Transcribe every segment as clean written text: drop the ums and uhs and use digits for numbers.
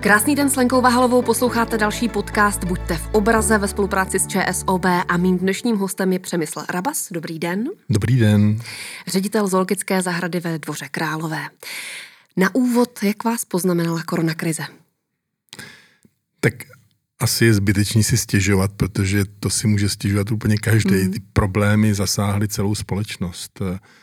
Krásný den s Lenkou Vahalovou, posloucháte další podcast Buďte v obraze ve spolupráci s ČSOB a mým dnešním hostem je Přemysl Rabas. Dobrý den. Dobrý den. Ředitel zoologické zahrady ve Dvoře Králové. Na úvod, jak vás poznamenala koronakrize? Tak asi je zbytečný si stěžovat, protože to si může stěžovat úplně každý. Ty problémy zasáhly celou společnost.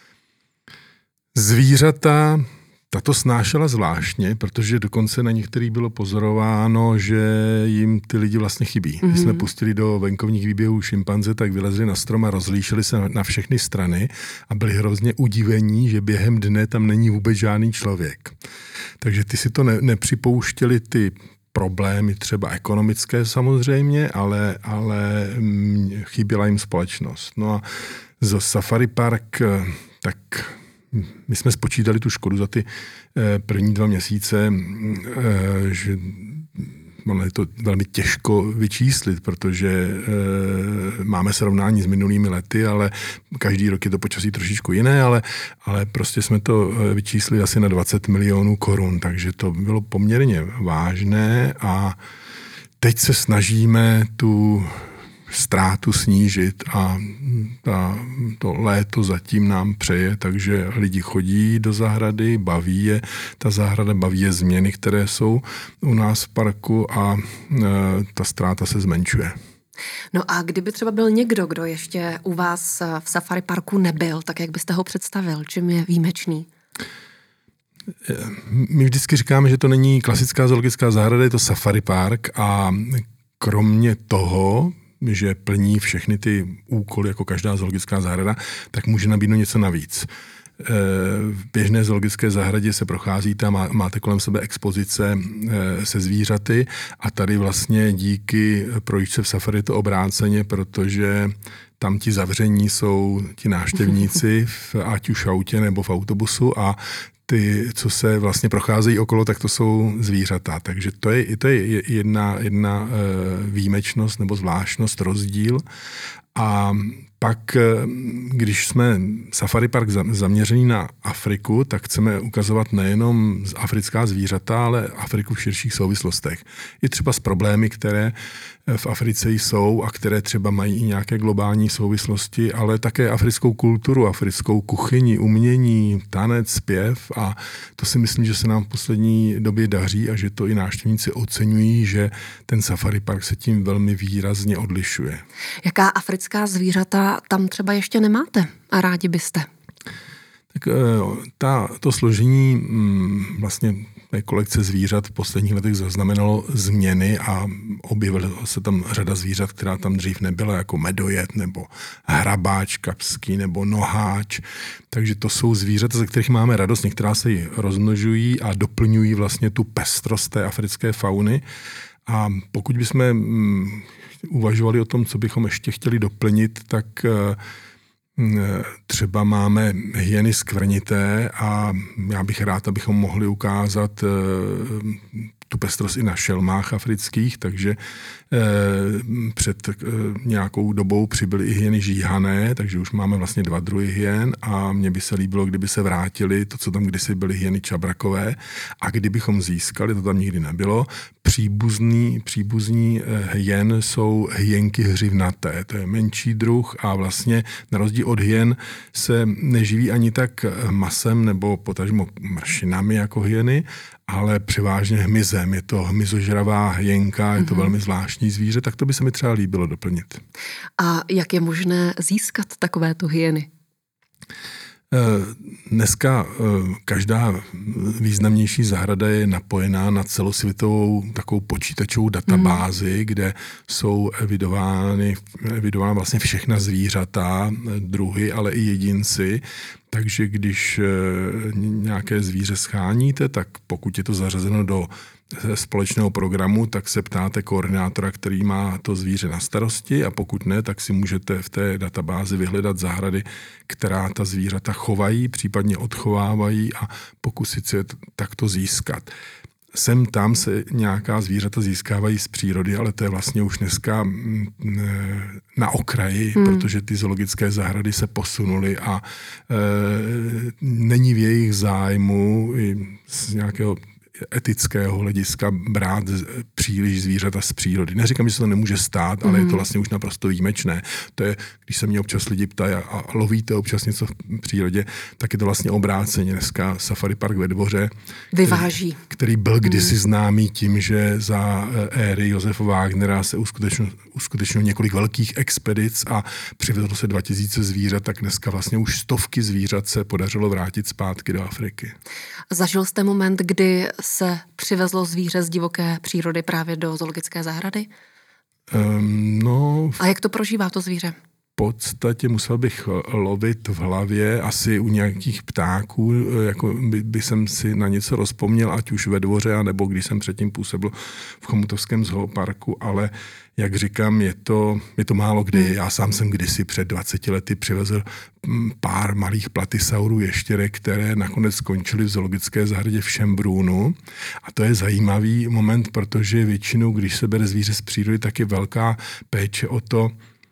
Zvířata tato snášela zvláštně, protože dokonce na některých bylo pozorováno, že jim ty lidi vlastně chybí. Když jsme pustili do venkovních výběhů šimpanze, tak vylezli na strom a rozlíšili se na všechny strany a byli hrozně udivení, že během dne tam není vůbec žádný člověk. Takže ty si to nepřipouštěli ty problémy třeba ekonomické samozřejmě, ale chyběla jim společnost. No a za Safari Park, tak my jsme spočítali tu škodu za ty první 2 měsíce, že je to velmi těžko vyčíslit, protože máme srovnání s minulými lety, ale každý rok je to počasí trošičku jiné, ale prostě jsme to vyčíslili asi na 20 milionů korun, takže to bylo poměrně vážné a teď se snažíme tu ztrátu snížit a to léto zatím nám přeje, takže lidi chodí do zahrady, baví je ta zahrada, baví je změny, které jsou u nás v parku a ta ztráta se zmenšuje. No a kdyby třeba byl někdo, kdo ještě u vás v Safari Parku nebyl, tak jak byste ho představil? Čím je výjimečný? My vždycky říkáme, že to není klasická zoologická zahrada, je to Safari Park a kromě toho, že plní všechny ty úkoly jako každá zoologická zahrada, tak může nabídnout něco navíc. V běžné zoologické zahradě se procházíte a máte kolem sebe expozice se zvířaty a tady vlastně díky projížďce v safari je to obráceně, protože tam ti zavření jsou ti návštěvníci ať už v autě nebo v autobusu a ty, co se vlastně procházejí okolo, tak to jsou zvířata. Takže to je jedna výjimečnost nebo zvláštnost, rozdíl. A pak, když jsme Safari Park zaměřený na Afriku, tak chceme ukazovat nejenom africká zvířata, ale Afriku v širších souvislostech. I třeba s problémy, které v Africe jsou a které třeba mají i nějaké globální souvislosti, ale také africkou kulturu, africkou kuchyni, umění, tanec, zpěv a to si myslím, že se nám v poslední době daří a že to i návštěvníci oceňují, že ten Safari Park se tím velmi výrazně odlišuje. Jaká africká zvířata tam třeba ještě nemáte a rádi byste? Tak to složení vlastně kolekce zvířat v posledních letech zaznamenalo změny a objevila se tam řada zvířat, která tam dřív nebyla, jako medojet nebo hrabáč kapský nebo noháč. Takže to jsou zvířata, ze kterých máme radost. Některá se ji rozmnožují a doplňují vlastně tu pestrost té africké fauny. A pokud bychom uvažovali o tom, co bychom ještě chtěli doplnit, tak třeba máme hyeny skvrnité a já bych rád, abychom mohli ukázat tu pestrost i na šelmách afrických, takže před nějakou dobou přibyly i hyeny žíhané, takže už máme vlastně 2 druhy hyen a mně by se líbilo, kdyby se vrátili to, co tam kdysi byly hyeny čabrakové a kdybychom získali, to tam nikdy nebylo, příbuzní hyen jsou hyenky hřivnaté, to je menší druh a vlastně na rozdíl od hyen se neživí ani tak masem nebo potažmo mršinami jako hyeny, ale převážně hmyzem. Je to hmyzožravá hyenka, je to velmi zvláštní zvíře, tak to by se mi třeba líbilo doplnit. A jak je možné získat takovéto hyeny? Dneska každá významnější zahrada je napojená na celosvětovou takovou počítačovou databázi, kde jsou evidována vlastně všechna zvířata, druhy, ale i jedinci. Takže když nějaké zvíře scháníte, tak pokud je to zařazeno do společného programu, tak se ptáte koordinátora, který má to zvíře na starosti a pokud ne, tak si můžete v té databázi vyhledat zahrady, která ta zvířata chovají, případně odchovávají a pokusit se takto získat. Sem tam se nějaká zvířata získávají z přírody, ale to je vlastně už dneska na okraji, protože ty zoologické zahrady se posunuly a není v jejich zájmu z nějakého etického hlediska brát příliš zvířata z přírody. Neříkám, že se to nemůže stát, ale je to vlastně už naprosto výjimečné. To je, když se mě občas lidi ptají a lovíte občas něco v přírodě, tak je to vlastně obráceně. Dneska Safari Park ve Dvoře, který byl kdysi známý tím, že za éry Josefa Wagnera se uskutečnilo několik velkých expedic a přivezlo se 2000 zvířat, tak dneska vlastně už stovky zvířat se podařilo vrátit zpátky do Afriky. Zažil jste moment, kdy se přivezlo zvíře z divoké přírody právě do zoologické zahrady? A jak to prožívá to zvíře? V podstatě musel bych lovit v hlavě, asi u nějakých ptáků, jako by jsem si na něco rozpomněl, ať už ve Dvoře, anebo když jsem předtím působil v Chomutovském zooparku, ale jak říkám, je to málo kdy. Já sám jsem kdysi před 20 lety přivezl pár malých platysaurů ještěrek, které nakonec skončily v zoologické zahradě v Schönbrunnu. A to je zajímavý moment, protože většinou, když se bere zvíře z přírody, tak je velká péče o to,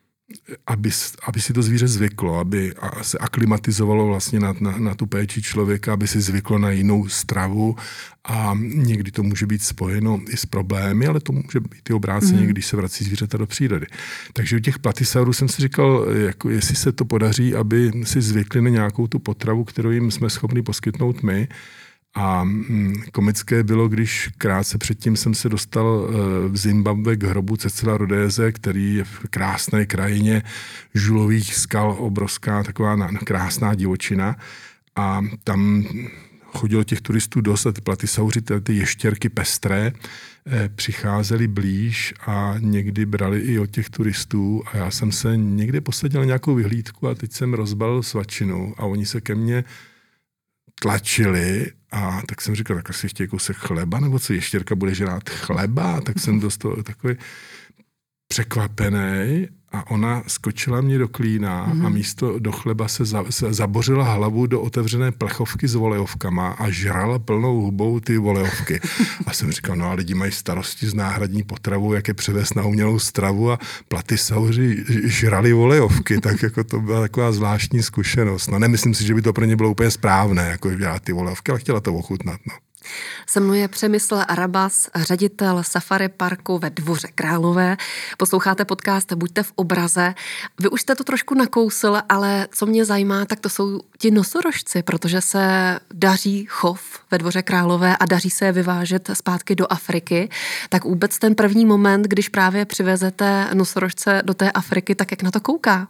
aby si to zvíře zvyklo, aby se aklimatizovalo vlastně na tu péči člověka, aby si zvyklo na jinou stravu a někdy to může být spojeno i s problémy, ale to může být i obráceně, když se vrací zvířata do přírody. Takže u těch platysaurů jsem si říkal, jako jestli se to podaří, aby si zvykli na nějakou tu potravu, kterou jim jsme schopni poskytnout my. A komické bylo, když krátce předtím jsem se dostal v Zimbabwe k hrobu Cecila Rodéze, který je v krásné krajině žulových skal, obrovská taková krásná divočina. A tam chodilo těch turistů dost a ty platysauři, ty ještěrky pestré, přicházeli blíž a někdy brali i od těch turistů a já jsem se někde posadil na nějakou vyhlídku a teď jsem rozbalil svačinu a oni se ke mně tlačili a tak jsem říkal, tak asi chtějí kousek chleba, nebo co, ještěrka bude žrát chleba? Tak jsem dostal takový překvapený a ona skočila mě do klína a místo do chleba se zabořila hlavu do otevřené plechovky s volejovkama a žrala plnou hubou ty volejovky. A jsem říkal, no a lidi mají starosti s náhradní potravou, jak je převést na umělou stravu a platysauři žrali volejovky, tak jako to byla taková zvláštní zkušenost. No nemyslím si, že by to pro ně bylo úplně správné, jako dělat ty volejovky, ale chtěla to ochutnat, no. Se mnou je Přemysl Rabas, ředitel Safari Parku ve Dvoře Králové. Posloucháte podcast Buďte v obraze. Vy už jste to trošku nakousl, ale co mě zajímá, tak to jsou ti nosorožci, protože se daří chov ve Dvoře Králové a daří se je vyvážet zpátky do Afriky. Tak vůbec ten první moment, když právě přivezete nosorožce do té Afriky, tak jak na to kouká?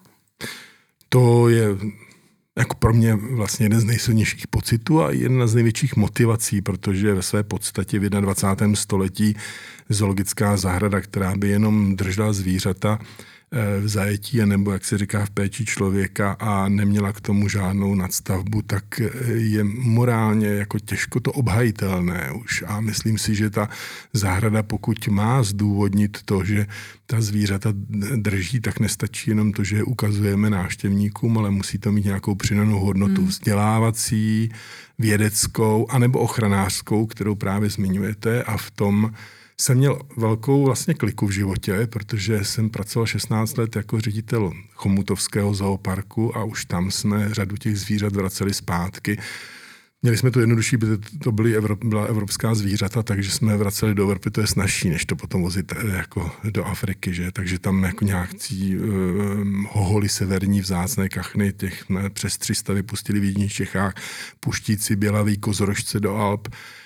To je jako pro mě vlastně jeden z nejsilnějších pocitů a jedna z největších motivací, protože ve své podstatě v 21. století zoologická zahrada, která by jenom držela zvířata v zajetí, nebo jak se říká v péči člověka a neměla k tomu žádnou nadstavbu, tak je morálně jako těžko to obhajitelné už. A myslím si, že ta zahrada, pokud má zdůvodnit to, že ta zvířata drží, tak nestačí jenom to, že je ukazujeme návštěvníkům, ale musí to mít nějakou přidanou hodnotu vzdělávací, vědeckou, anebo ochranářskou, kterou právě zmiňujete, a v tom jsem měl velkou vlastně kliku v životě, protože jsem pracoval 16 let jako ředitel Chomutovského zooparku a už tam jsme řadu těch zvířat vraceli zpátky. Měli jsme to jednodušší, protože to byla evropská zvířata, takže jsme vraceli do Evropy, to je snazší, než to potom vozit jako do Afriky, že? Takže tam jako nějakcí hoholy severní, vzácné kachny, těch přes 300 vypustili v jižních Čechách, puštíci, bělaví, kozorožce do Alp,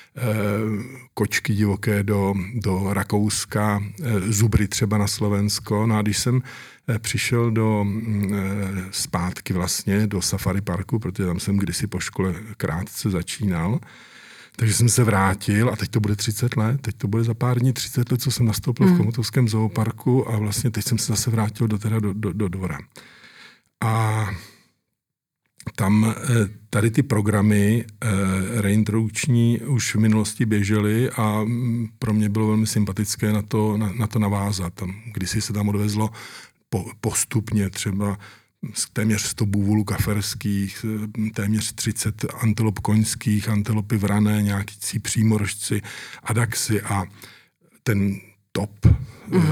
kočky divoké do Rakouska, zubry třeba na Slovensko. No a když jsem přišel zpátky vlastně do Safari Parku, protože tam jsem kdysi po škole krátce začínal, takže jsem se vrátil a teď to bude 30 let, teď to bude za pár dní 30 let, co jsem nastoupil v Chomutovském zooparku a vlastně teď jsem se zase vrátil do Dvora. A tam tady ty programy reintrodukční už v minulosti běžely a pro mě bylo velmi sympatické na to navázat. Kdysi se tam odvezlo postupně třeba téměř 100 bůvolů kaferských, téměř 30 antilop koňských, antilopy vrané, nějaký přímoržci, adaxy a ten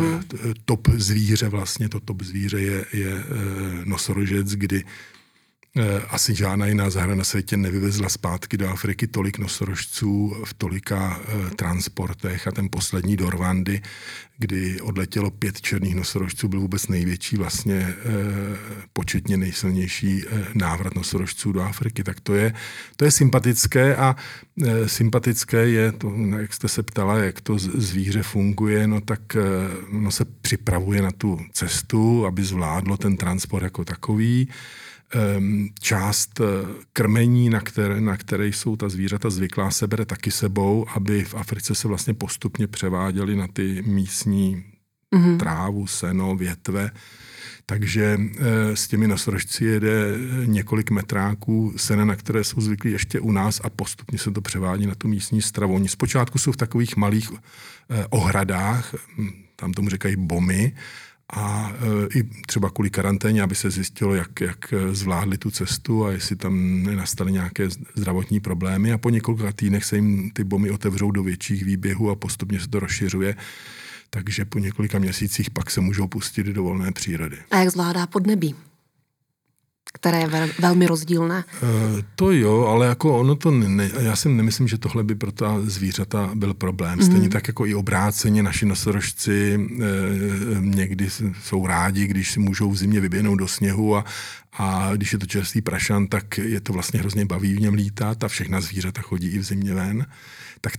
top zvíře vlastně, to top zvíře je nosorožec, kdy Asi žádná jiná zahrada na světě nevyvezla zpátky do Afriky tolik nosorožců v tolika transportech a ten poslední do Rwandy, kdy odletělo 5 černých nosorožců, byl vůbec největší, vlastně početně nejsilnější návrat nosorožců do Afriky. Tak to je sympatické a sympatické je, to, jak jste se ptala, jak to zvíře funguje, no tak ono se připravuje na tu cestu, aby zvládlo ten transport jako takový. Část krmení, na které jsou ta zvířata zvyklá, se bere taky sebou, aby v Africe se vlastně postupně převáděly na ty místní trávu, seno, větve. Takže s těmi nosorožci jede několik metráků sena, na které jsou zvyklí ještě u nás a postupně se to převádí na tu místní stravu. Oni zpočátku jsou v takových malých ohradách, tam tomu říkají bomy, a i třeba kvůli karanténě, aby se zjistilo, jak zvládli tu cestu a jestli tam nenastaly nějaké zdravotní problémy. A po několika týdnech se jim ty bomy otevřou do větších výběhů a postupně se to rozšiřuje. Takže po několika měsících pak se můžou pustit do volné přírody. A jak zvládá podnebí, které je velmi rozdílné? To jo, ale jako ono to já si nemyslím, že tohle by pro ta zvířata byl problém. Stejně tak jako i obráceně naši nosorožci někdy jsou rádi, když si můžou v zimě vyběhnout do sněhu a když je to čerstvý prašan, tak je to vlastně hrozně baví v něm lítat a všechna zvířata chodí i v zimě ven. Tak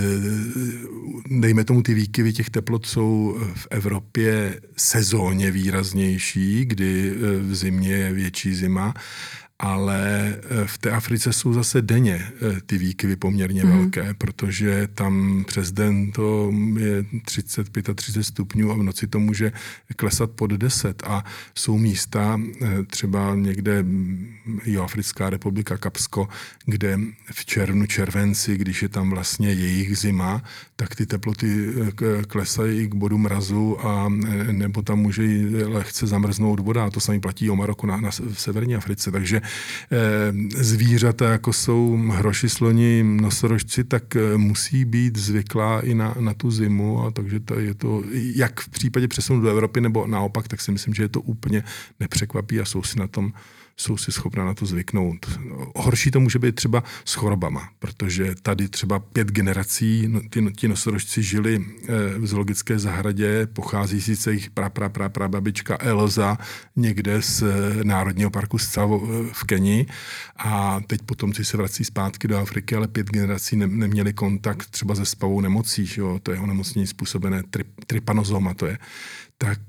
dejme tomu, ty výkyvy těch teplot jsou v Evropě sezónně výraznější, kdy v zimě je větší zima, ale v té Africe jsou zase denně ty výkyvy poměrně velké, protože tam přes den to je 35 a 30 stupňů a v noci to může klesat pod 10 a jsou místa, třeba někde Jihoafrická republika Kapsko, kde v červenci, když je tam vlastně jejich zima, tak ty teploty klesají k bodu mrazu a nebo tam může lehce zamrznout voda. A to samé platí o Maroku v severní Africe. Takže zvířata, jako jsou hroši, sloni, nosorožci, tak musí být zvyklá i na tu zimu. A takže je to, jak v případě přesunu do Evropy nebo naopak, tak si myslím, že je to úplně nepřekvapí a jsou si schopná na to zvyknout. Horší to může být třeba s chorobama, protože tady třeba 5 generací ti nosorožci žili v zoologické zahradě, pochází sice jich prababička Elza někde z Národního parku Tsavo v Keni a teď potomci se vrací zpátky do Afriky, ale 5 generací neměli kontakt třeba se spavou nemocí, že jo? To je onemocnění způsobené trypanozoma, to je. Tak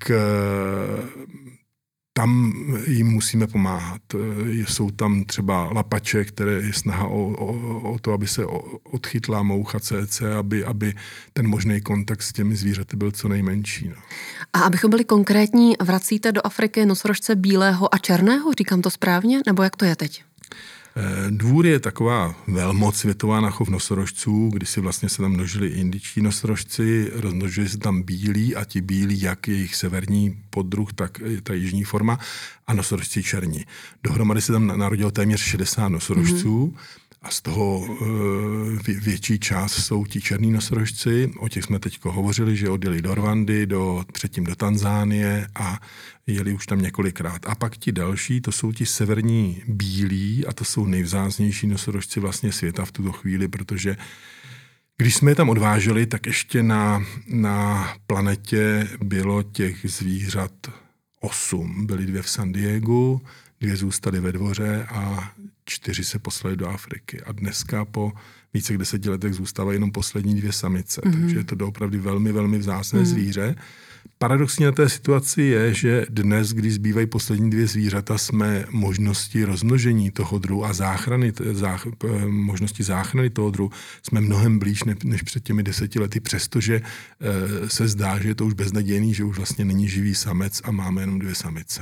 tam jim musíme pomáhat. Jsou tam třeba lapače, které je snaha o to, aby se odchytla moucha CC, aby ten možný kontakt s těmi zvířaty byl co nejmenší. No. A abychom byli konkrétní, vracíte do Afriky nosorožce bílého a černého? Říkám to správně? Nebo jak to je teď? Dvůr je taková velmoc světová na chov nosorožců, kdy si vlastně se tam množili indičtí nosorožci, rozmnožili se tam bílí a ti bílí, jak jejich severní poddruh, tak ta jižní forma a nosorožci černí. Dohromady se tam narodilo téměř 60 nosorožců a z toho větší část jsou ti černí nosorožci. O těch jsme teď hovořili, že odjeli do Rwandy, předtím do Tanzánie a jeli už tam několikrát. A pak ti další, to jsou ti severní bílí a to jsou nejvzácnější nosorožci vlastně světa v tuto chvíli, protože když jsme je tam odváželi, tak ještě na planetě bylo těch zvířat 8. Byly 2 v San Diegu, 2 zůstaly ve dvoře a 4 se poslali do Afriky. A dneska po více jak 10 letech zůstávají jenom poslední 2 samice. Takže je to doopravdy velmi, velmi vzácné zvíře. Paradoxní na té situaci je, že dnes, když zbývají poslední 2 zvířata, jsme možnosti rozmnožení toho druhu a možnosti záchrany toho druhu jsme mnohem blíž než před těmi 10 lety, přestože se zdá, že je to už beznadějný, že už vlastně není živý samec a máme jenom 2 samice.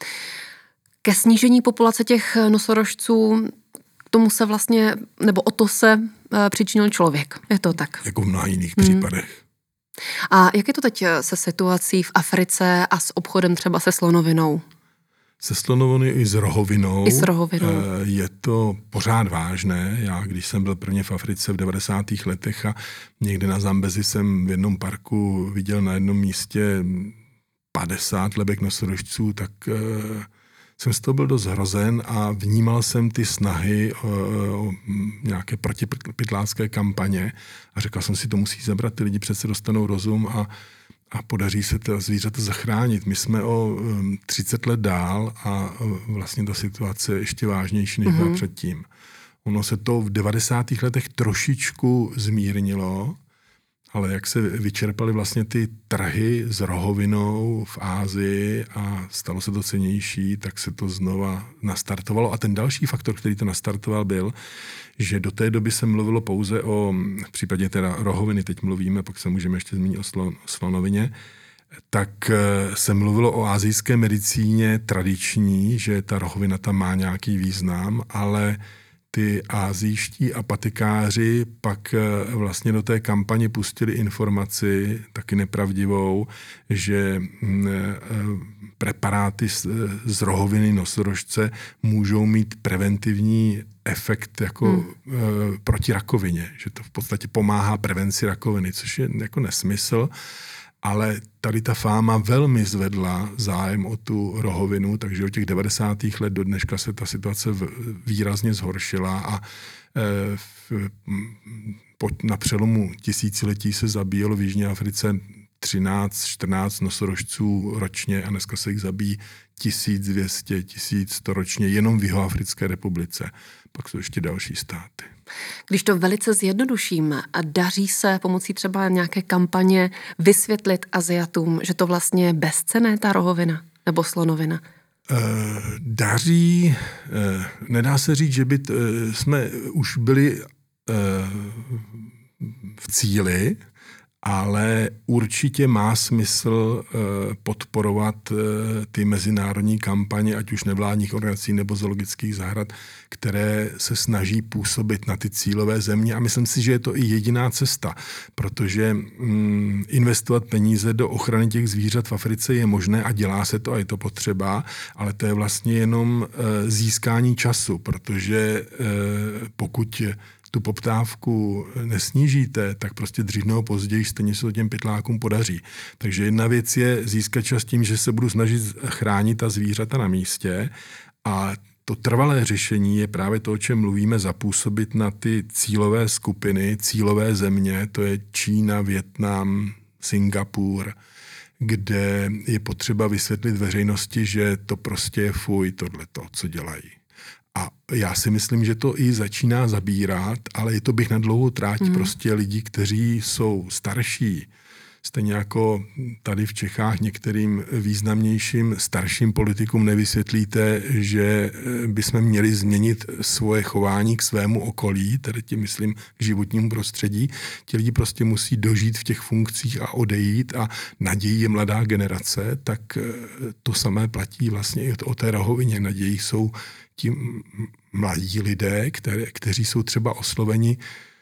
Ke snížení populace těch nosorožců tomu se vlastně, nebo o to se přičinil člověk. Je to tak? Jako v mnoha jiných případech. A jak je to teď se situací v Africe a s obchodem třeba se slonovinou? Se slonovinou i s rohovinou. I s rohovinou. Je to pořád vážné. Já, když jsem byl prvně v Africe v 90. letech a někde na Zambezi jsem v jednom parku viděl na jednom místě 50 lebek nosorožců, tak jsem z toho byl dost zhrozen a vnímal jsem ty snahy o nějaké protipytlácké kampaně a řekl jsem si, to musí zabrat, ty lidi přece dostanou rozum a podaří se ta zvířata zachránit. My jsme o 30 let dál a vlastně ta situace je ještě vážnější, než byla předtím. Ono se to v 90. letech trošičku zmírnilo, ale jak se vyčerpaly vlastně ty trhy s rohovinou v Asii a stalo se to cennější, tak se to znova nastartovalo. A ten další faktor, který to nastartoval, byl, že do té doby se mluvilo pouze o, v případě teda rohoviny, teď mluvíme, pak se můžeme ještě zmínit o slonovině, tak se mluvilo o asijské medicíně tradiční, že ta rohovina tam má nějaký význam, ale ty asijští apatikáři pak vlastně do té kampaně pustili informaci, taky nepravdivou, že preparáty z rohoviny nosorožce můžou mít preventivní efekt jako proti rakovině, že to v podstatě pomáhá prevenci rakoviny, což je jako nesmysl. Ale tady ta fáma velmi zvedla zájem o tu rohovinu, takže od těch 90. let do dneška se ta situace výrazně zhoršila a na přelomu tisíciletí se zabíjelo v Jižní Africe 13-14 nosorožců ročně a dneska se jich zabíjí 1200, 1100 ročně jenom v Jihoafrické republice. Pak jsou ještě další státy. Když to velice zjednoduším, daří se pomocí třeba nějaké kampaně vysvětlit Aziatům, že to vlastně je bezcenné, ta rohovina nebo slonovina? Daří, nedá se říct, že by jsme už byli v cíli, ale určitě má smysl podporovat ty mezinárodní kampaně, ať už nevládních organizací nebo zoologických zahrad, které se snaží působit na ty cílové země. A myslím si, že je to i jediná cesta, protože investovat peníze do ochrany těch zvířat v Africe je možné a dělá se to a je to potřeba, ale to je vlastně jenom získání času, protože pokud tu poptávku nesnížíte, tak prostě dřív nebo později stejně se to těm pytlákům podaří. Takže jedna věc je získat čas tím, že se budu snažit chránit ta zvířata na místě a to trvalé řešení je právě to, o čem mluvíme, zapůsobit na ty cílové skupiny, cílové země, to je Čína, Vietnam, Singapur, kde je potřeba vysvětlit veřejnosti, že to prostě je fuj, tohleto, co dělají. A já si myslím, že to i začíná zabírat, ale je to bych na dlouhou tráť prostě lidí, kteří jsou starší. Stejně jako tady v Čechách některým významnějším starším politikům nevysvětlíte, že bychom měli změnit svoje chování k svému okolí, tedy tím myslím k životnímu prostředí. Ti lidi prostě musí dožít v těch funkcích a odejít a nadějí je mladá generace, tak to samé platí vlastně i o té rohovině. Nadějí jsou ti mladí lidé, kteří jsou třeba osloveni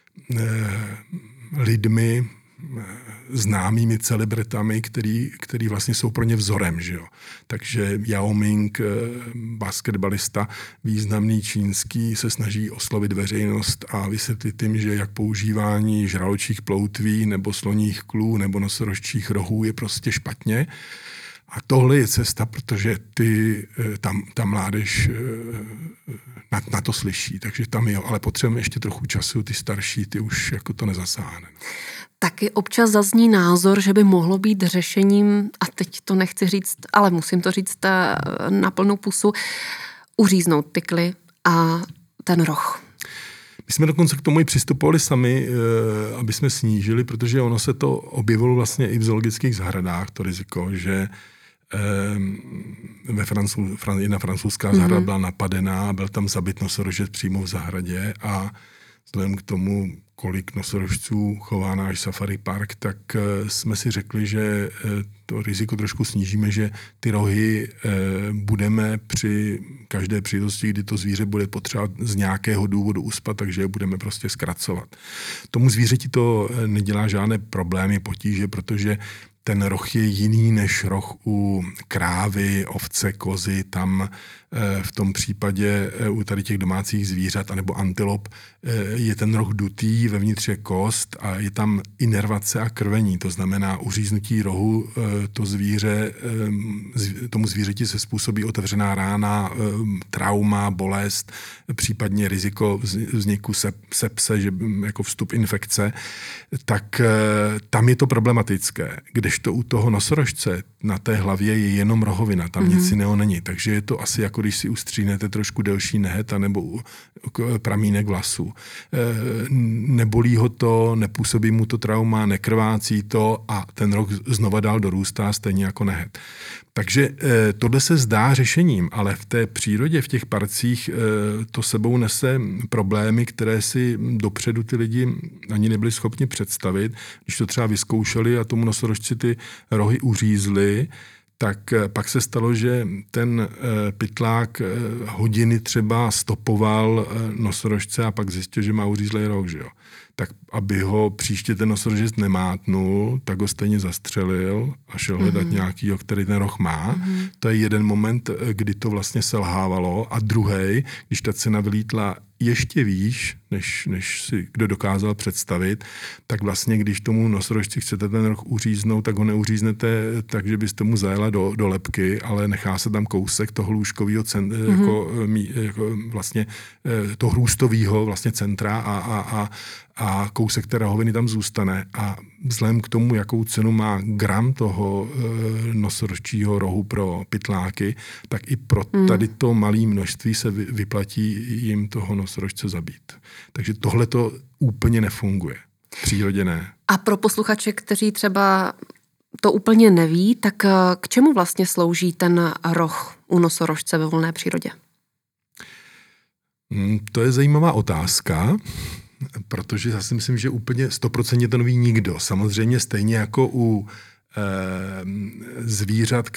lidmi, známými celebritami, který vlastně jsou pro ně vzorem. Že jo? Takže Yao Ming, basketbalista, významný čínský, se snaží oslovit veřejnost a vysvětlit jim, že jak používání žraločích ploutví nebo sloních klů nebo nosorožčích rohů je prostě špatně. A tohle je cesta, protože ta mládež na to slyší, takže tam jo, ale potřebujeme ještě trochu času, ty starší, ty už jako to nezasáhne. Taky občas zazní názor, že by mohlo být řešením, a teď to nechci říct, ale musím to říct na plnou pusu, uříznout tykly a ten roh. My jsme dokonce k tomu i přistupovali sami, aby jsme snížili, protože ono se to objevilo vlastně i v zoologických zahradách, to riziko, že jedna francouzská zahrada byla napadená, byl tam zabit nosorožec přímo v zahradě a vzhledem k tomu, kolik nosorožců chová náš safari park, tak jsme si řekli, že to riziko trošku snížíme, že ty rohy budeme při každé příležitosti, kdy to zvíře bude potřebovat z nějakého důvodu uspat, takže je budeme prostě zkracovat. Tomu zvířeti to nedělá žádné problémy, potíže, protože ten roh je jiný než roh u krávy, ovce, kozy. Tam v tom případě u tady těch domácích zvířat anebo antilop je ten roh dutý, vevnitř je kost a je tam inervace a krvení. To znamená uříznutí rohu, tomu zvířeti se způsobí otevřená rána, trauma, bolest, případně riziko vzniku sepse, že jako vstup infekce, tak tam je to problematické. Kdežto u toho nosorožce na té hlavě je jenom rohovina, tam nic jiného není. Takže je to asi jako když si ustřínete trošku delší nehet nebo pramínek vlasů. Nebolí ho to, nepůsobí mu to trauma, nekrvácí to a ten roh znova dál dorůstá stejně jako nehet. Takže tohle se zdá řešením, ale v té přírodě, v těch parcích to sebou nese problémy, které si dopředu ty lidi ani nebyli schopni představit. Když to třeba vyzkoušeli a tomu nosorožci ty rohy uřízli, tak pak se stalo, že ten pytlák hodiny třeba stopoval nosorožce a pak zjistil, že má uřízlej roh, že jo. Tak aby ho příště ten nosorožec nemátnul, tak ho stejně zastřelil a šel hledat nějakýho, který ten roh má. To je jeden moment, kdy to vlastně selhávalo. A druhý, když ta cena vylítla ještě výš, než si kdo dokázal představit, tak vlastně, když tomu nosorožci chcete ten roh uříznout, tak ho neuříznete tak, že byste mu zajela do lebky, ale nechá se tam kousek toho lůžkového jako vlastně toho hrůstového vlastně centra a kousek té rahoviny tam zůstane. A vzhledem k tomu, jakou cenu má gram toho nosorožčího rohu pro pytláky, tak i pro tady to malé množství se vyplatí jim toho nosorožce zabít. Takže tohle to úplně nefunguje. V přírodě ne. A pro posluchače, kteří třeba to úplně neví, tak k čemu vlastně slouží ten roh u nosorožce ve volné přírodě? To je zajímavá otázka, protože já si myslím, že úplně 100% to neví nikdo. Samozřejmě stejně jako u zvířat,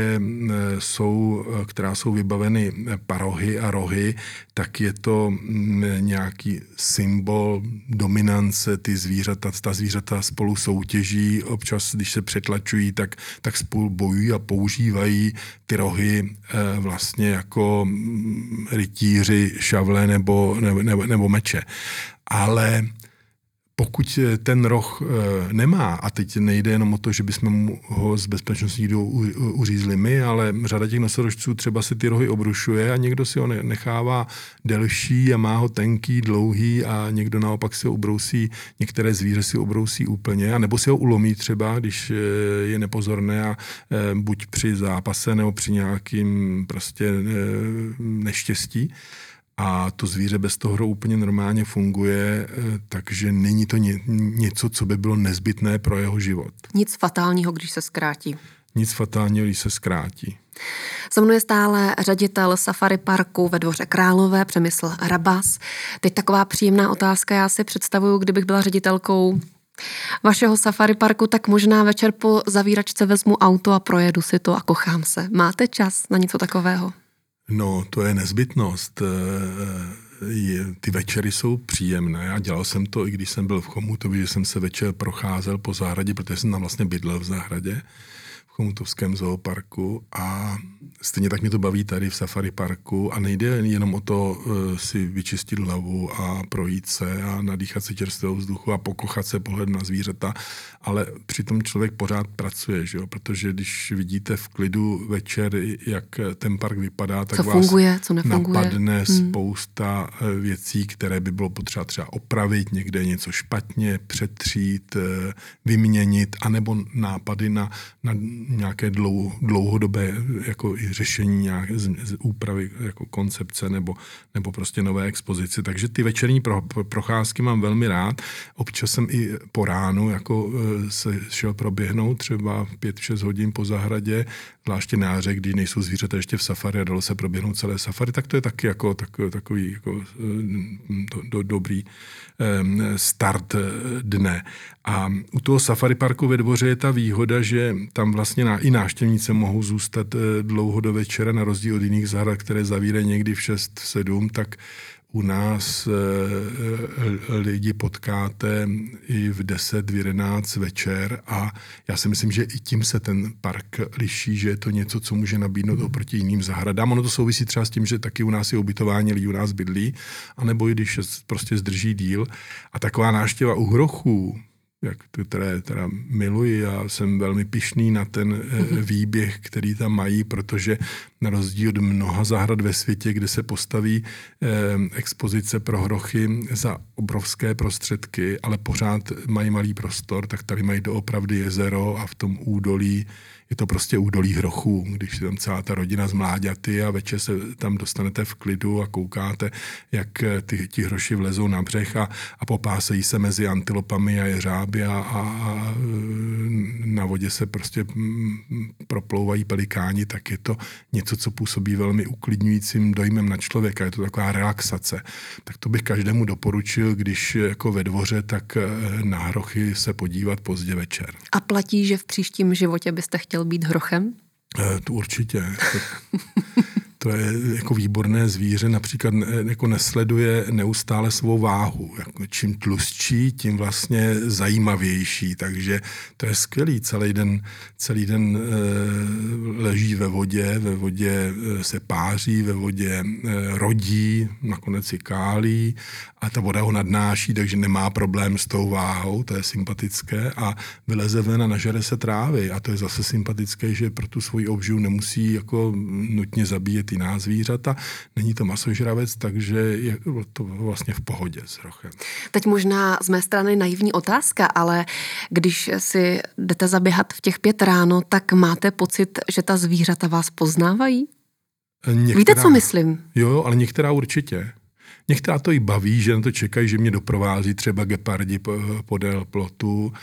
která jsou vybaveny parohy a rohy, tak je to nějaký symbol dominance, ta zvířata spolu soutěží, občas, když se přetlačují, tak spolu bojují a používají ty rohy vlastně jako rytíři šavle nebo meče. Ale pokud ten roh nemá, a teď nejde jenom o to, že bychom ho z bezpečnostních důvodů uřízli my, ale řada těch nosorožců třeba si ty rohy obrušuje a někdo si ho nechává delší a má ho tenký, dlouhý a někdo naopak si ho ubrousí, některé zvíře si ho ubrousí úplně, a nebo si ho ulomí třeba, když je nepozorné a buď při zápase nebo při nějakým prostě neštěstí. A to zvíře bez toho rohu úplně normálně funguje, takže není to něco, co by bylo nezbytné pro jeho život. Nic fatálního, když se zkrátí. Nic fatálního, když se zkrátí. Se mnou je stále ředitel safari parku ve Dvoře Králové, Přemysl Rabas. Teď taková příjemná otázka, já si představuju, kdybych byla ředitelkou vašeho safari parku, tak možná večer po zavíračce vezmu auto a projedu si to a kochám se. Máte čas na něco takového? No, to je nezbytnost. Ty večery jsou příjemné. Já dělal jsem to, i když jsem byl v Chomutově, že jsem se večer procházel po zahradě, protože jsem tam vlastně bydlel v zahradě, v Chomutovském zooparku, a stejně tak mě to baví tady v safari parku a nejde jenom o to si vyčistit hlavu a projít se a nadýchat se čerstvého vzduchu a pokochat se, pohled na zvířata, ale přitom člověk pořád pracuje, že jo? Protože když vidíte v klidu večer, jak ten park vypadá, tak co funguje, co nefunguje, napadne spousta věcí, které by bylo potřeba třeba opravit, někde něco špatně, přetřít, vyměnit, anebo nápady na nějaké dlouhodobé jako řešení nějaké úpravy jako koncepce nebo prostě nové expozice. Takže ty večerní procházky mám velmi rád. Občas jsem i po ránu jako se šel proběhnout třeba 5-6 hodin po zahradě, zvláště na jaře, kdy nejsou zvířata ještě v safari a dalo se proběhnout celé safari, tak to je taky jako takový jako dobrý start dne. A u toho safari parku ve Dvoře je ta výhoda, že tam vlastně i návštěvníci mohou zůstat dlouho do večera, na rozdíl od jiných zahrad, které zavírají někdy v 6-7, tak u nás lidi potkáte i v 10, v 11 večer a já si myslím, že i tím se ten park liší, že je to něco, co může nabídnout oproti jiným zahradám. Ono to souvisí třeba s tím, že taky u nás je ubytování, lidi u nás bydlí, anebo i když prostě zdrží díl. A taková návštěva u hrochů, které teda miluji a jsem velmi pyšný na ten výběh, který tam mají, protože na rozdíl od mnoha zahrad ve světě, kde se postaví expozice pro hrochy za obrovské prostředky, ale pořád mají malý prostor, tak tady mají doopravdy jezero a v tom údolí je to prostě údolí hrochů, když je tam celá ta rodina z mláďaty a večer se tam dostanete v klidu a koukáte, jak ti hroši vlezou na břeh a popásejí se mezi antilopami a jeřáby a na vodě se prostě proplouvají pelikáni, tak je to něco, co působí velmi uklidňujícím dojmem na člověka. Je to taková relaxace. Tak to bych každému doporučil, když jako ve dvoře, tak na hrochy se podívat pozdě večer. A platí, že v příštím životě byste chtěl být hrochem? To určitě. To je jako výborné zvíře, například jako nesleduje neustále svou váhu. Jako čím tlustší, tím vlastně zajímavější, takže to je skvělý. Celý den leží ve vodě se páří, ve vodě rodí, nakonec si kálí a ta voda ho nadnáší, takže nemá problém s tou váhou, to je sympatické a vyleze ven a nažere se trávy a to je zase sympatické, že pro tu svoji obživu nemusí jako nutně zabíjet jiná zvířata, není to masožravec, takže je to vlastně v pohodě s hrochem. Teď možná z mé strany naivní otázka, ale když si jdete zaběhat v těch 5 ráno, tak máte pocit, že ta zvířata vás poznávají? Víte, co myslím? Jo, ale některá určitě. Některá to i baví, že na to čekají, že mě doprovází třeba gepardi podél plotu,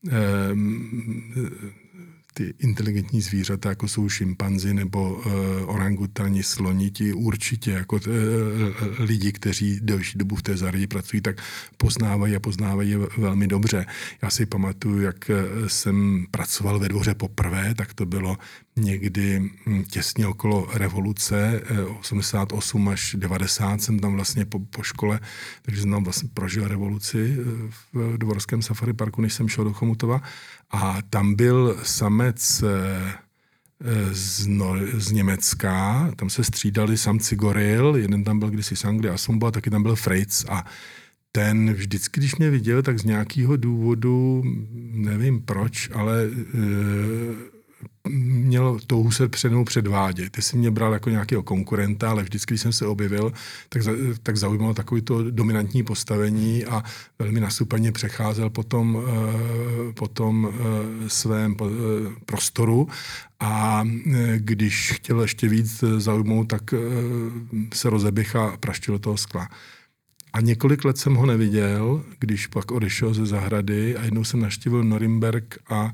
ty inteligentní zvířata, jako jsou šimpanzi nebo orangutani, sloni, ti určitě jako lidi, kteří delší dobu v té zahradě pracují, tak poznávají je velmi dobře. Já si pamatuju, jak jsem pracoval ve dvoře poprvé, tak to bylo někdy těsně okolo revoluce, 88 až 90 jsem tam vlastně po škole, takže jsem tam vlastně prožil revoluci v Dvorském safari parku, než jsem šel do Chomutova. A tam byl samec z Německa, tam se střídali samci goril, jeden tam byl kdysi z Anglie a Sombo, a taky tam byl Fritz a ten vždycky, když mě viděl, tak z nějakého důvodu, nevím proč, ale měl touhu se před mnou předvádět. Ty si mě bral jako nějakého konkurenta, ale vždycky, když jsem se objevil, tak zaujímalo takovéto dominantní postavení a velmi nasupaně přecházel po tom svém prostoru a když chtěl ještě víc zaujmout, tak se rozeběh a praštil do toho skla. A několik let jsem ho neviděl, když pak odešel ze zahrady a jednou jsem navštívil Norimberk a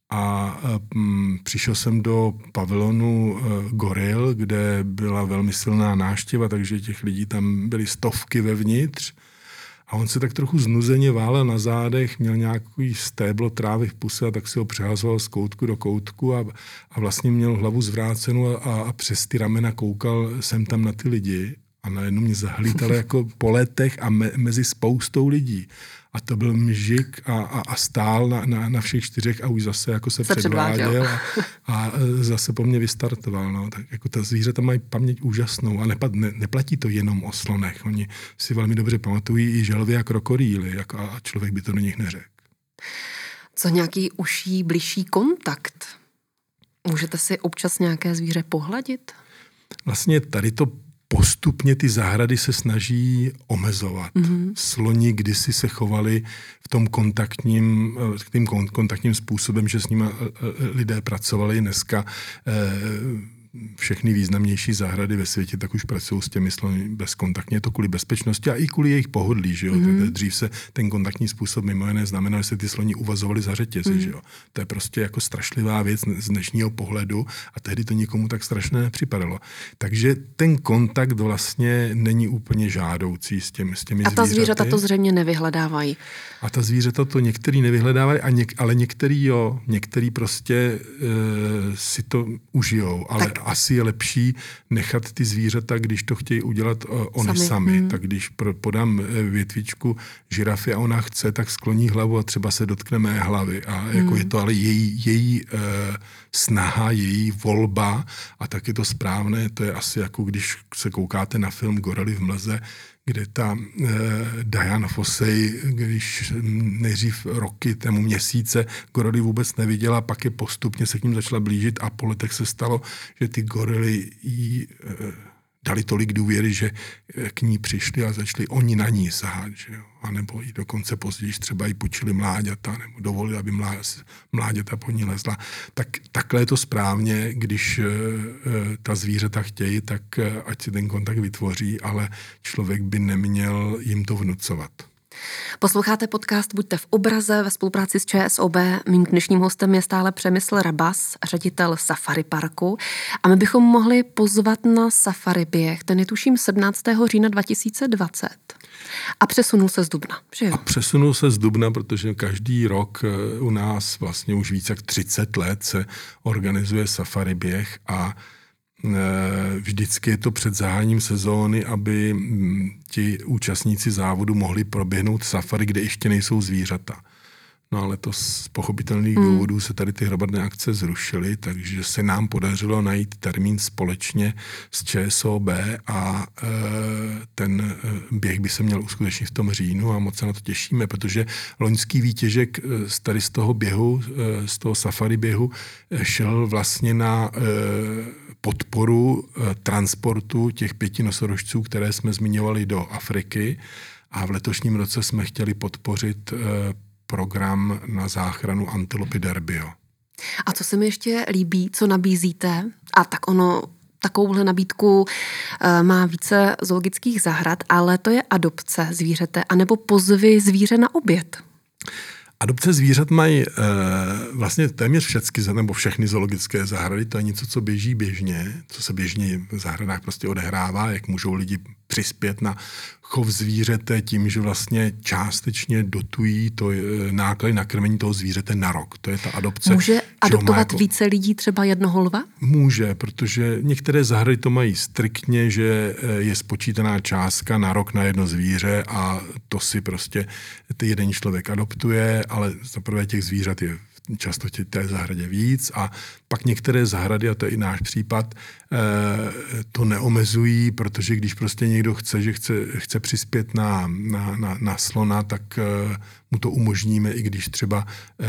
přišel jsem do pavilonu goril, kde byla velmi silná návštěva, takže těch lidí tam byly stovky vevnitř. A on se tak trochu znuzeně válel na zádech, měl nějaký stéblo trávy v puse a tak si ho přehazoval z koutku do koutku a vlastně měl hlavu zvrácenou a přes ty ramena koukal sem tam na ty lidi. A najednou mě zahlítal jako po letech a mezi spoustou lidí. A to byl mžik a stál na všech 4 a už zase jako se předváděl a zase po mně vystartoval. No. Tak jako ta zvířata mají paměť úžasnou a neplatí to jenom o slonech. Oni si velmi dobře pamatují i želvy a krokodýly a člověk by to do nich neřekl. Co nějaký užší, bližší kontakt? Můžete si občas nějaké zvíře pohladit? Vlastně tady to postupně ty zahrady se snaží omezovat. Mm-hmm. Sloni kdysi se chovali v tom kontaktním způsobem, že s nimi lidé pracovali. Dneska všechny významnější zahrady ve světě tak už pracují s těmi slony bezkontaktně. Je to kvůli bezpečnosti a i kvůli jejich pohodlí. Že jo? Mm-hmm. Dřív se ten kontaktní způsob mimo jiné znamená, že se ty sloni uvazovali za řetězy. Mm-hmm. Že jo? To je prostě jako strašlivá věc z dnešního pohledu a tehdy to nikomu tak strašné nepřipadalo. Takže ten kontakt vlastně není úplně žádoucí s těmi zvířaty. A ta zvířata to zřejmě nevyhledávají. A ta zvířata to některý nevyhledávají, ale některý jo. Některý prostě si to užijou. Ale asi je lepší nechat ty zvířata, když to chtějí udělat oni sami. Tak když podám větvičku žirafy a ona chce, tak skloní hlavu a třeba se dotkne mé hlavy. A jako je to ale její snaha, její volba a tak je to správné. To je asi jako když se koukáte na film Gorily v mlze, kde ta Diana Fossey, když nejdřív roky, tému měsíce, gorily vůbec neviděla, pak je postupně se k ním začala blížit a po letech se stalo, že ty gorily jí dali tolik důvěry, že k ní přišli a začali oni na ní sahat, že jo? A nebo i dokonce později třeba i půjčili mláďata, nebo dovolili, aby mláďata po ní lezla. Takhle je to správně, když ta zvířata chtějí, tak ať si ten kontakt vytvoří, ale člověk by neměl jim to vnucovat. Posloucháte podcast Buďte v obraze ve spolupráci s ČSOB. Mým dnešním hostem je stále Přemysl Rabas, ředitel Safari Parku. A my bychom mohli pozvat na safari běh. Ten je tuším 17. října 2020. A přesunul se z Dubna, že jo? A přesunul se z Dubna, protože každý rok u nás vlastně už více jak 30 let se organizuje safari běh a vždycky je to před zahájením sezóny, aby ti účastníci závodu mohli proběhnout safari, kde ještě nejsou zvířata. No ale to z pochopitelných důvodů se tady ty hromadné akce zrušily, takže se nám podařilo najít termín společně s ČSOB a ten běh by se měl uskutečnit v tom říjnu a moc se na to těšíme, protože loňský výtěžek z toho běhu, z toho safari běhu šel vlastně na podporu transportu těch 5 nosorožců, které jsme zmiňovali do Afriky a v letošním roce jsme chtěli podpořit program na záchranu antilopy derbio. A co se mi ještě líbí, co nabízíte, a tak ono takovouhle nabídku má více zoologických zahrad, ale to je adopce zvířete, anebo pozvy zvíře na oběd. Adopce zvířat mají vlastně téměř všechny zoologické zahrady, to je něco, co běží běžně, co se běžně v zahradách prostě odehrává, jak můžou lidi přispět na chov zvířete tím, že vlastně částečně dotují to náklady na krmení toho zvířete na rok. To je ta adopce. Může adoptovat více lidí třeba jednoho lva? Může, protože některé zahrady to mají striktně, že je spočítaná částka na rok na jedno zvíře a to si prostě jeden člověk adoptuje, ale zaprvé těch zvířat je často v té zahradě víc a pak některé zahrady, a to je i náš případ, to neomezují, protože když prostě někdo chce přispět na slona, tak mu to umožníme, i když třeba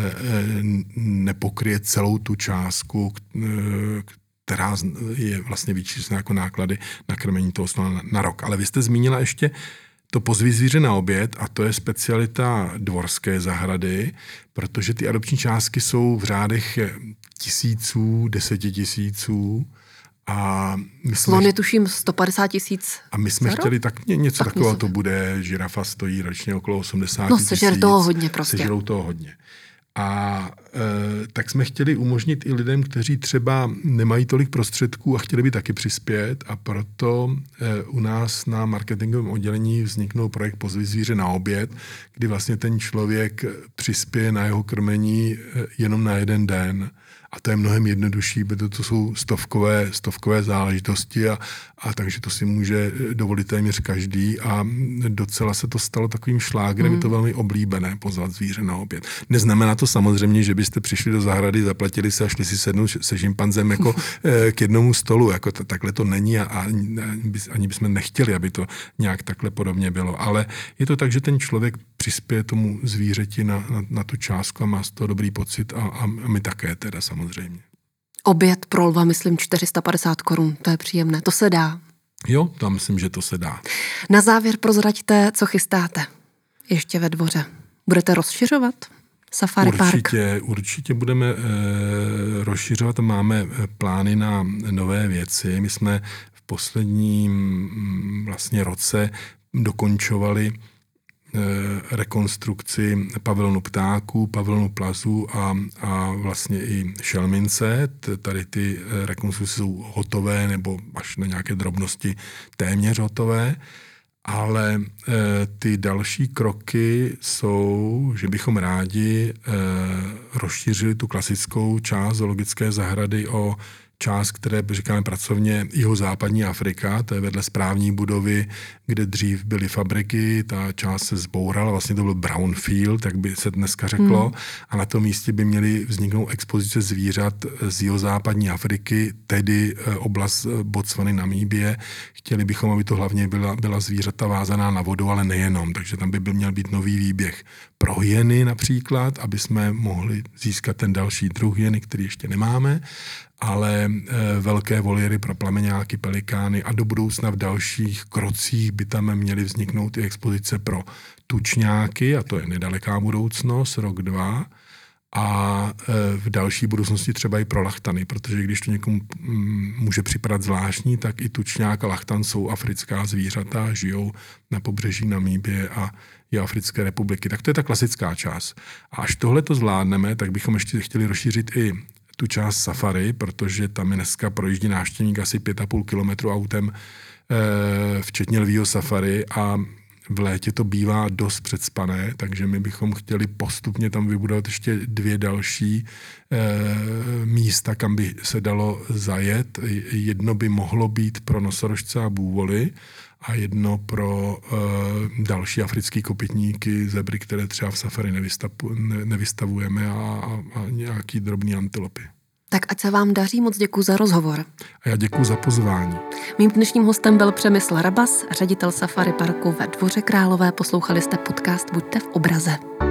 nepokryje celou tu částku, která je vlastně vyčíslená jako náklady na krmení toho slona na rok. Ale vy jste zmínila ještě to pozví zvíře na oběd a to je specialita dvorské zahrady, protože ty adopční částky jsou v řádech 1000, 10 000 a slon je tuším 150 000. A my jsme chtěli něco takového, to bude, žirafa stojí ročně okolo 80 000. No sežer toho hodně prostě. Sežerou toho hodně. A tak jsme chtěli umožnit i lidem, kteří třeba nemají tolik prostředků a chtěli by taky přispět a proto u nás na marketingovém oddělení vzniknul projekt Pozvi zvíře na oběd, kdy vlastně ten člověk přispěje na jeho krmení jenom na jeden den. A to je mnohem jednodušší, protože to jsou stovkové záležitosti a takže to si může dovolit téměř každý a docela se to stalo takovým šlágrem, je to velmi oblíbené pozvat zvíře na oběd. Neznamená to samozřejmě, že byste přišli do zahrady, zaplatili se a šli si sednout se šimpanzem jako k jednomu stolu, jako takhle to není a ani bychom nechtěli, aby to nějak takhle podobně bylo, ale je to tak, že ten člověk přispěje tomu zvířeti na tu částku a má z toho dobrý pocit a my také teda samozřejmě. Oběd pro lva, myslím, 450 korun, to je příjemné, to se dá. Jo, tam myslím, že to se dá. Na závěr prozraďte, co chystáte ještě ve dvoře. Budete rozšiřovat Safari Park? Určitě budeme rozšiřovat, máme plány na nové věci. My jsme v posledním vlastně roce dokončovali rekonstrukci pavilonu ptáků, pavilonu plazů a vlastně i šelmince. Tady ty rekonstrukce jsou hotové nebo až na nějaké drobnosti téměř hotové, ale ty další kroky jsou, že bychom rádi rozšířili tu klasickou část zoologické zahrady o část, které říkáme pracovně jihozápadní Afrika, to je vedle správní budovy, kde dřív byly fabriky, ta část se zbourala, vlastně to byl brownfield, jak by se dneska řeklo, a na tom místě by měly vzniknout expozice zvířat z jihozápadní Afriky, tedy oblast Botswany, Namíbie. Chtěli bychom, aby to hlavně byla zvířata vázaná na vodu, ale nejenom, takže tam by měl být nový výběh pro hyeny například, aby jsme mohli získat ten další druh hyeny, který ještě nemáme, ale velké voliéry pro plameňáky, pelikány a do budoucna v dalších krocích by tam měly vzniknout i expozice pro tučňáky, a to je nedaleká budoucnost, rok, 2, a v další budoucnosti třeba i pro lachtany, protože když to někomu může připadat zvláštní, tak i tučňák a lachtan jsou africká zvířata, žijou na pobřeží Namíbie a Jihoafrické republiky. Tak to je ta klasická část. A až tohle to zvládneme, tak bychom ještě chtěli rozšířit i tu část safari, protože tam je dneska projíždí návštěvník asi 5,5 kilometru autem, včetně lvího safari, a v létě to bývá dost předspané, takže my bychom chtěli postupně tam vybudovat ještě 2 další místa, kam by se dalo zajet. Jedno by mohlo být pro nosorožce a bůvoly a jedno pro další africké kopytníky, zebry, které třeba v safari nevystavujeme, a nějaký drobný antilopy. Tak ať se vám daří, moc děkuji za rozhovor. A já děkuji za pozvání. Mým dnešním hostem byl Přemysl Rabas, ředitel Safari parku ve Dvoře Králové. Poslouchali jste podcast Buďte v obraze.